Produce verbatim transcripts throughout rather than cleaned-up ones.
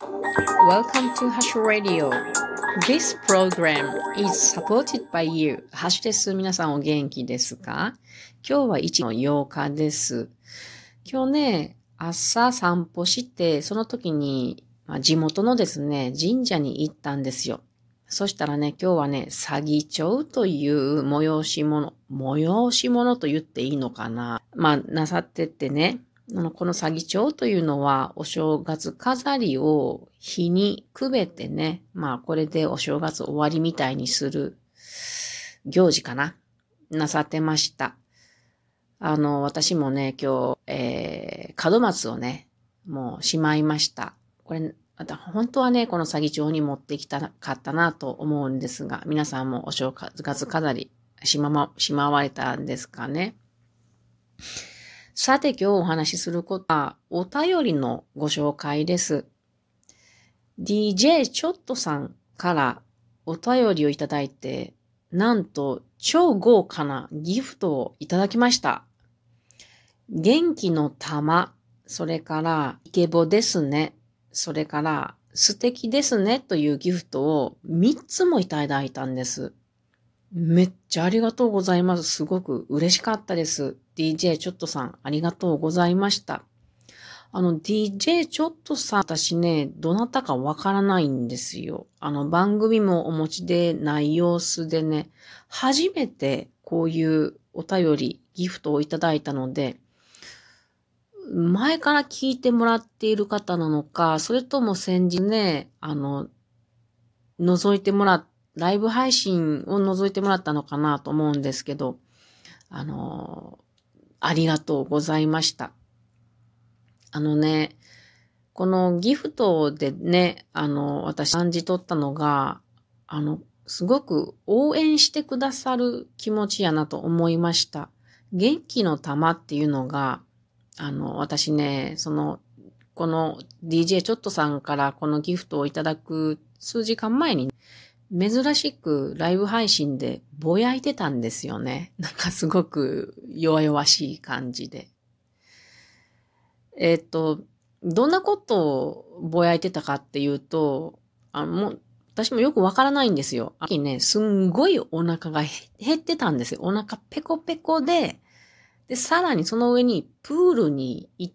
Welcome to Hash Radio. This program is supported by you. ハッシュです。皆さんお元気ですか？今日はいちがつのようかです。今日ね、朝散歩して、その時に、まあ、地元のですね、神社に行ったんですよ。そしたらね、今日はね、詐欺町という催し物、催し物と言っていいのかな。まあ、なさってってね、この詐欺町というのは、お正月飾りを日にくべてね、まあ、これでお正月終わりみたいにする行事かな。なさってました。あの、私もね、今日、えー、門松をね、もうしまいました。これ、本当はね、この詐欺帳に持ってきたかったなと思うんですが、皆さんもお正月飾りしまま、しまわれたんですかね。さて今日お話しすることは、お便りのご紹介です。ディージェー チョットさんからお便りをいただいて、なんと超豪華なギフトをいただきました。元気の玉、それからイケボですね、それから素敵ですねというギフトをみっつもいただいたんです。めっちゃありがとうございます。すごく嬉しかったです。ディージェー チョットさん、ありがとうございました。あの、ディージェー チョットさん、私ね、どなたかわからないんですよ。あの、番組もお持ちでない様子でね、初めてこういうお便り、ギフトをいただいたので、前から聞いてもらっている方なのか、それとも先日ね、あの、覗いてもらっ、ライブ配信を覗いてもらったのかなと思うんですけど、あの、ありがとうございました。あのね、このギフトでね、あの、私感じ取ったのが、あの、すごく応援してくださる気持ちやなと思いました。元気の玉っていうのが、あの、私ね、その、この ディージェー チョットさんからこのギフトをいただく数時間前に、珍しくライブ配信でぼやいてたんですよね。なんかすごく弱々しい感じで。えっと、どんなことをぼやいてたかっていうと、あの、もう、私もよくわからないんですよ。秋ね、すんごいお腹が減ってたんですよ。お腹ペコペコで、で、さらにその上にプールに行って、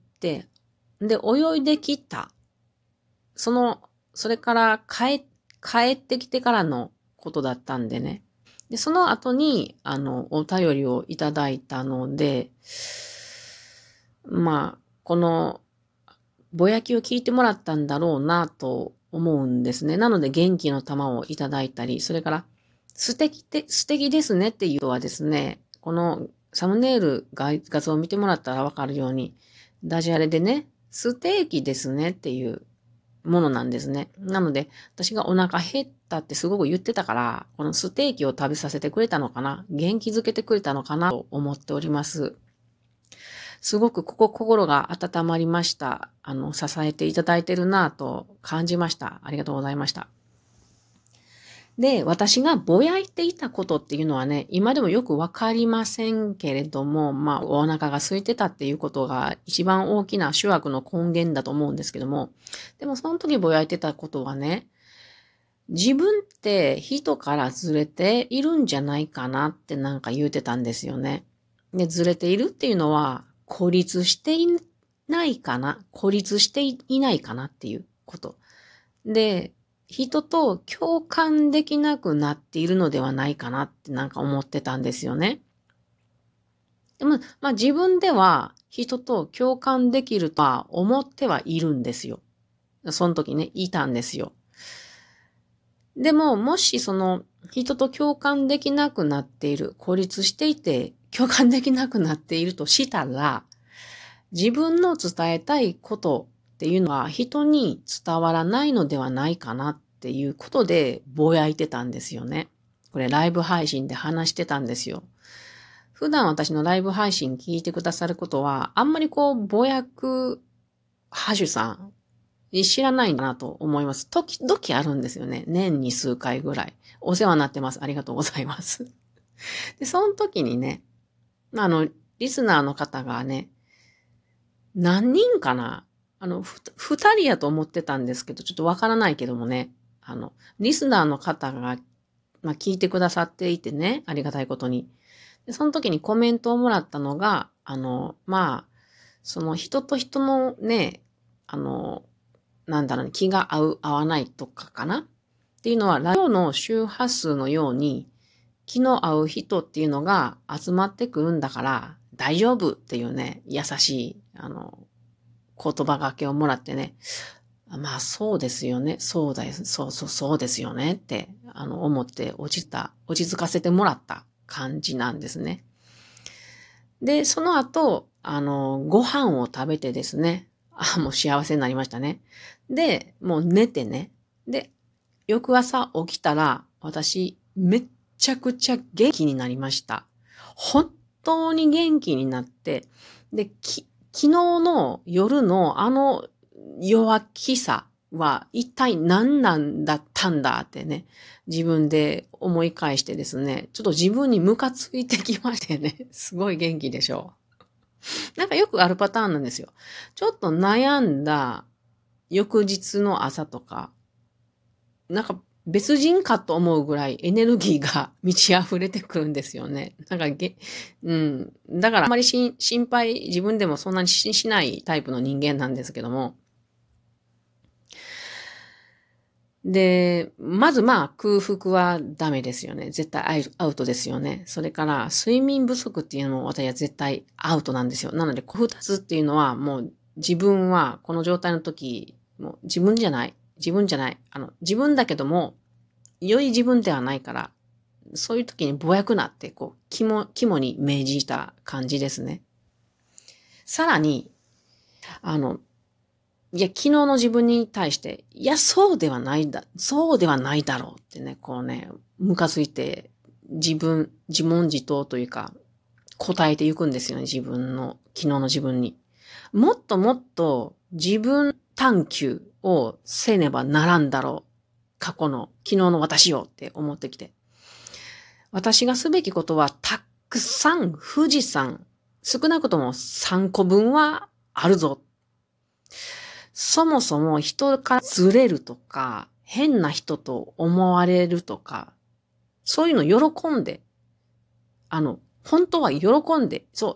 で、泳いできた。その、それから帰、帰ってきてからのことだったんでね。で、その後に、あの、お便りをいただいたので、まあ、この、ぼやきを聞いてもらったんだろうなと思うんですね。なので元気の玉をいただいたり、それから素敵で、素敵ですねっていうのはですね、このサムネイル画像を見てもらったらわかるように、ダジャレでね、ステーキですねっていうものなんですね。なので、私がお腹減ったってすごく言ってたから、このステーキを食べさせてくれたのかな、元気づけてくれたのかなと思っております。すごくここ心が温まりました。あの、支えていただいてるなぁと感じました。ありがとうございました。で、私がぼやいていたことっていうのはね、今でもよくわかりませんけれども、まあ、お腹が空いてたっていうことが一番大きな主悪の根源だと思うんですけども、でもその時ぼやいてたことはね、自分って人からずれているんじゃないかなってなんか言うてたんですよね。で、ずれているっていうのは、孤立していないかな、孤立していないかなっていうこと。で、人と共感できなくなっているのではないかなってなんか思ってたんですよね。でも、まあ自分では人と共感できるとは思ってはいるんですよ。その時ね、いたんですよ。でも、もしその人と共感できなくなっている、孤立していて共感できなくなっているとしたら、自分の伝えたいことっていうのは人に伝わらないのではないかなっていうことでぼやいてたんですよね。これライブ配信で話してたんですよ。普段私のライブ配信聞いてくださることは、あんまりこうぼやくハジュさん知らないんだなと思います。時々あるんですよね。年に数回ぐらい。お世話になってます。ありがとうございます。で、その時にね、あの、リスナーの方がね、何人かなあの、ふ、二人やと思ってたんですけど、ちょっとわからないけどもね、あの、リスナーの方が、まあ、聞いてくださっていてね、ありがたいことに。でその時にコメントをもらったのが、あの、まあ、その人と人のね、あの、なんだろうね、気が合う、合わないとかかなっていうのは、ラジオの周波数のように、気の合う人っていうのが集まってくるんだから、大丈夫っていうね、優しい、あの、言葉がけをもらってね、まあそうですよね、そうだよ、そうそうそうですよねって、あの、思って落ちた、落ち着かせてもらった感じなんですね。で、その後、あの、ご飯を食べてですね、あ、もう幸せになりましたね。で、もう寝てね。で、翌朝起きたら、私、めっちゃくちゃ元気になりました。本当に元気になって、で、き、昨日の夜のあの弱気さは一体何なんだったんだってね、自分で思い返してですね、ちょっと自分にムカついてきましてね、すごい元気でしょう。なんかよくあるパターンなんですよ。ちょっと悩んだ翌日の朝とか、なんか別人かと思うぐらいエネルギーが満ち溢れてくるんですよね。なんかげ、うん。だからあまりし心配自分でもそんなにししないタイプの人間なんですけども。で、まずまあ空腹はダメですよね。絶対アウトですよね。それから睡眠不足っていうのも私は絶対アウトなんですよ。なので、二つっていうのはもう自分はこの状態の時、もう自分じゃない。自分じゃない。あの、自分だけども、良い自分ではないから、そういう時にぼやくなって、こう、肝、肝に銘じた感じですね。さらに、あの、いや、昨日の自分に対して、いや、そうではないだ、そうではないだろうってね、こうね、ムカついて、自分、自問自答というか、答えていくんですよね、自分の、昨日の自分に。もっともっと自分探求をせねばならんだろう。過去の、昨日の私をって思ってきて。私がすべきことはたくさん富士山、少なくともさんこぶんはあるぞ。そもそも人からずれるとか、変な人と思われるとか、そういうの喜んで、あの、本当は喜んで、そう、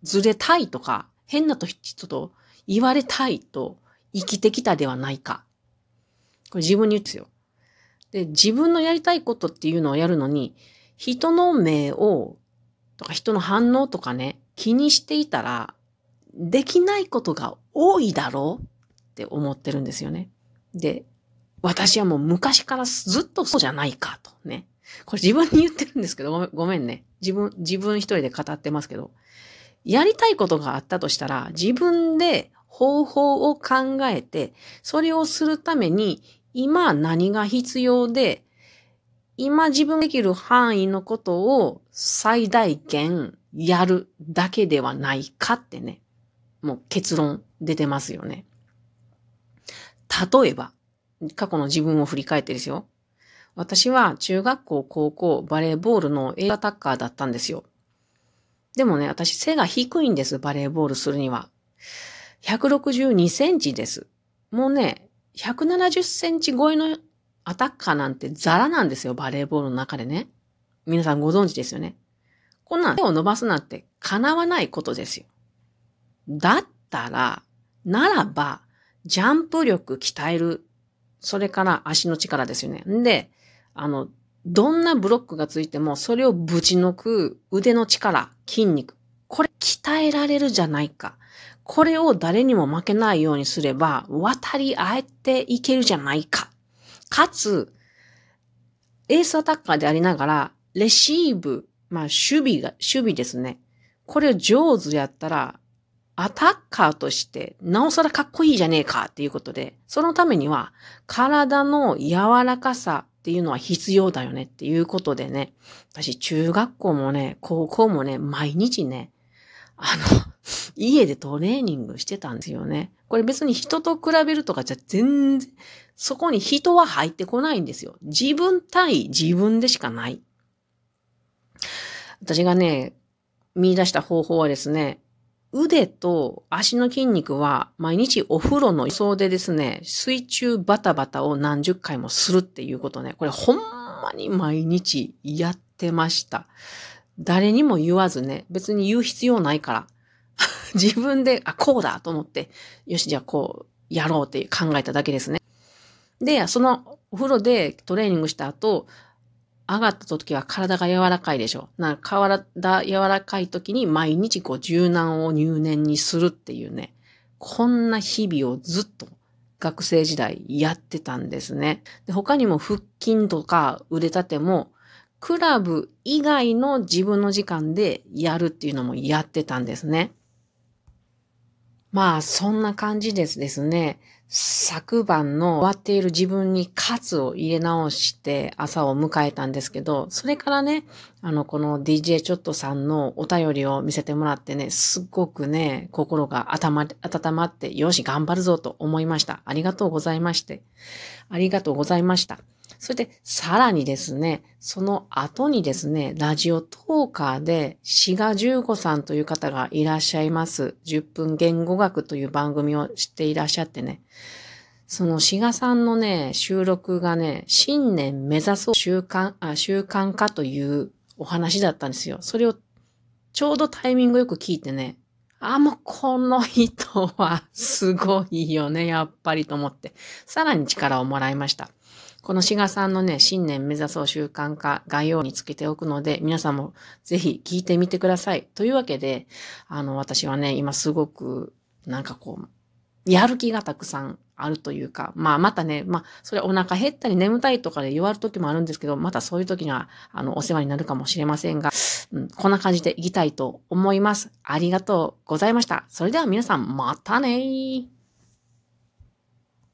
ずれたいとか、変な人と言われたいと生きてきたではないか。これ自分に言うんですよ。で、自分のやりたいことっていうのをやるのに、人の目を、とか人の反応とかね、気にしていたら、できないことが多いだろうって思ってるんですよね。で、私はもう昔からずっとそうじゃないかとね。これ自分に言ってるんですけど、ごめん、ごめんね。自分、自分一人で語ってますけど、やりたいことがあったとしたら、自分で方法を考えて、それをするために、今何が必要で、今自分できる範囲のことを最大限やるだけではないかってね。もう結論出てますよね。例えば、過去の自分を振り返ってですよ。私は中学校、高校、バレーボールの映画タッカーだったんですよ。でもね、私背が低いんです、バレーボールするには。ひゃくろくじゅうにセンチです。もうね、ひゃくななじゅっセンチ超えのアタッカーなんてザラなんですよ、バレーボールの中でね。皆さんご存知ですよね。こんなん手を伸ばすなんて叶わないことですよ。だったら、ならば、ジャンプ力鍛える。それから足の力ですよね。んで、あの、どんなブロックがついても、それをぶち抜く腕の力、筋肉。これ鍛えられるじゃないか。これを誰にも負けないようにすれば、渡り合えていけるじゃないか。かつ、エースアタッカーでありながら、レシーブ、まあ守備が、守備ですね。これを上手やったら、アタッカーとして、なおさらかっこいいじゃねえかっていうことで、そのためには、体の柔らかさっていうのは必要だよねっていうことでね、私中学校もね、高校もね、毎日ね、あの、家でトレーニングしてたんですよね。これ別に人と比べるとかじゃ全然、そこに人は入ってこないんですよ。自分対自分でしかない。私がね、見出した方法はですね、 腕と足の筋肉は毎日お風呂の予想でですね、水中バタバタを何十回もするっていうことね。これほんまに毎日やってました。誰にも言わずね、別に言う必要ないから。自分で、あ、こうだと思って、よし、じゃあこうやろうって考えただけですね。で、そのお風呂でトレーニングした後、上がった時は体が柔らかいでしょ。なんか体柔らかい時に毎日こう柔軟を入念にするっていうね。こんな日々をずっと学生時代やってたんですね。で、他にも腹筋とか腕立てもクラブ以外の自分の時間でやるっていうのもやってたんですね。まあ、そんな感じですですね。昨晩の終わっている自分に喝を入れ直して朝を迎えたんですけど、それからね、あの、この ディージェー チョットさんのお便りを見せてもらってね、すっごくね、心が温ま温まって、よし、頑張るぞと思いました。ありがとうございまして。ありがとうございました。それで、さらにですね、その後にですね、ラジオトーカーで、しがじゅうごさんという方がいらっしゃいます。じゅっぷん言語学という番組を知っていらっしゃってね、そのしがさんのね、収録がね、新年目指そう習慣、あ、習慣化というお話だったんですよ。それをちょうどタイミングよく聞いてね、あ、もうこの人はすごいよね、やっぱりと思って、さらに力をもらいました。このしがさんのね、新年目指そう習慣化概要につけておくので、皆さんもぜひ聞いてみてください。というわけで、あの、私はね、今すごく、なんかこう、やる気がたくさんあるというか、まあまたね、まあそれお腹減ったり眠たいとかで弱る時もあるんですけど、またそういう時には、あの、お世話になるかもしれませんが、うん、こんな感じでいきたいと思います。ありがとうございました。それでは皆さん、またねー。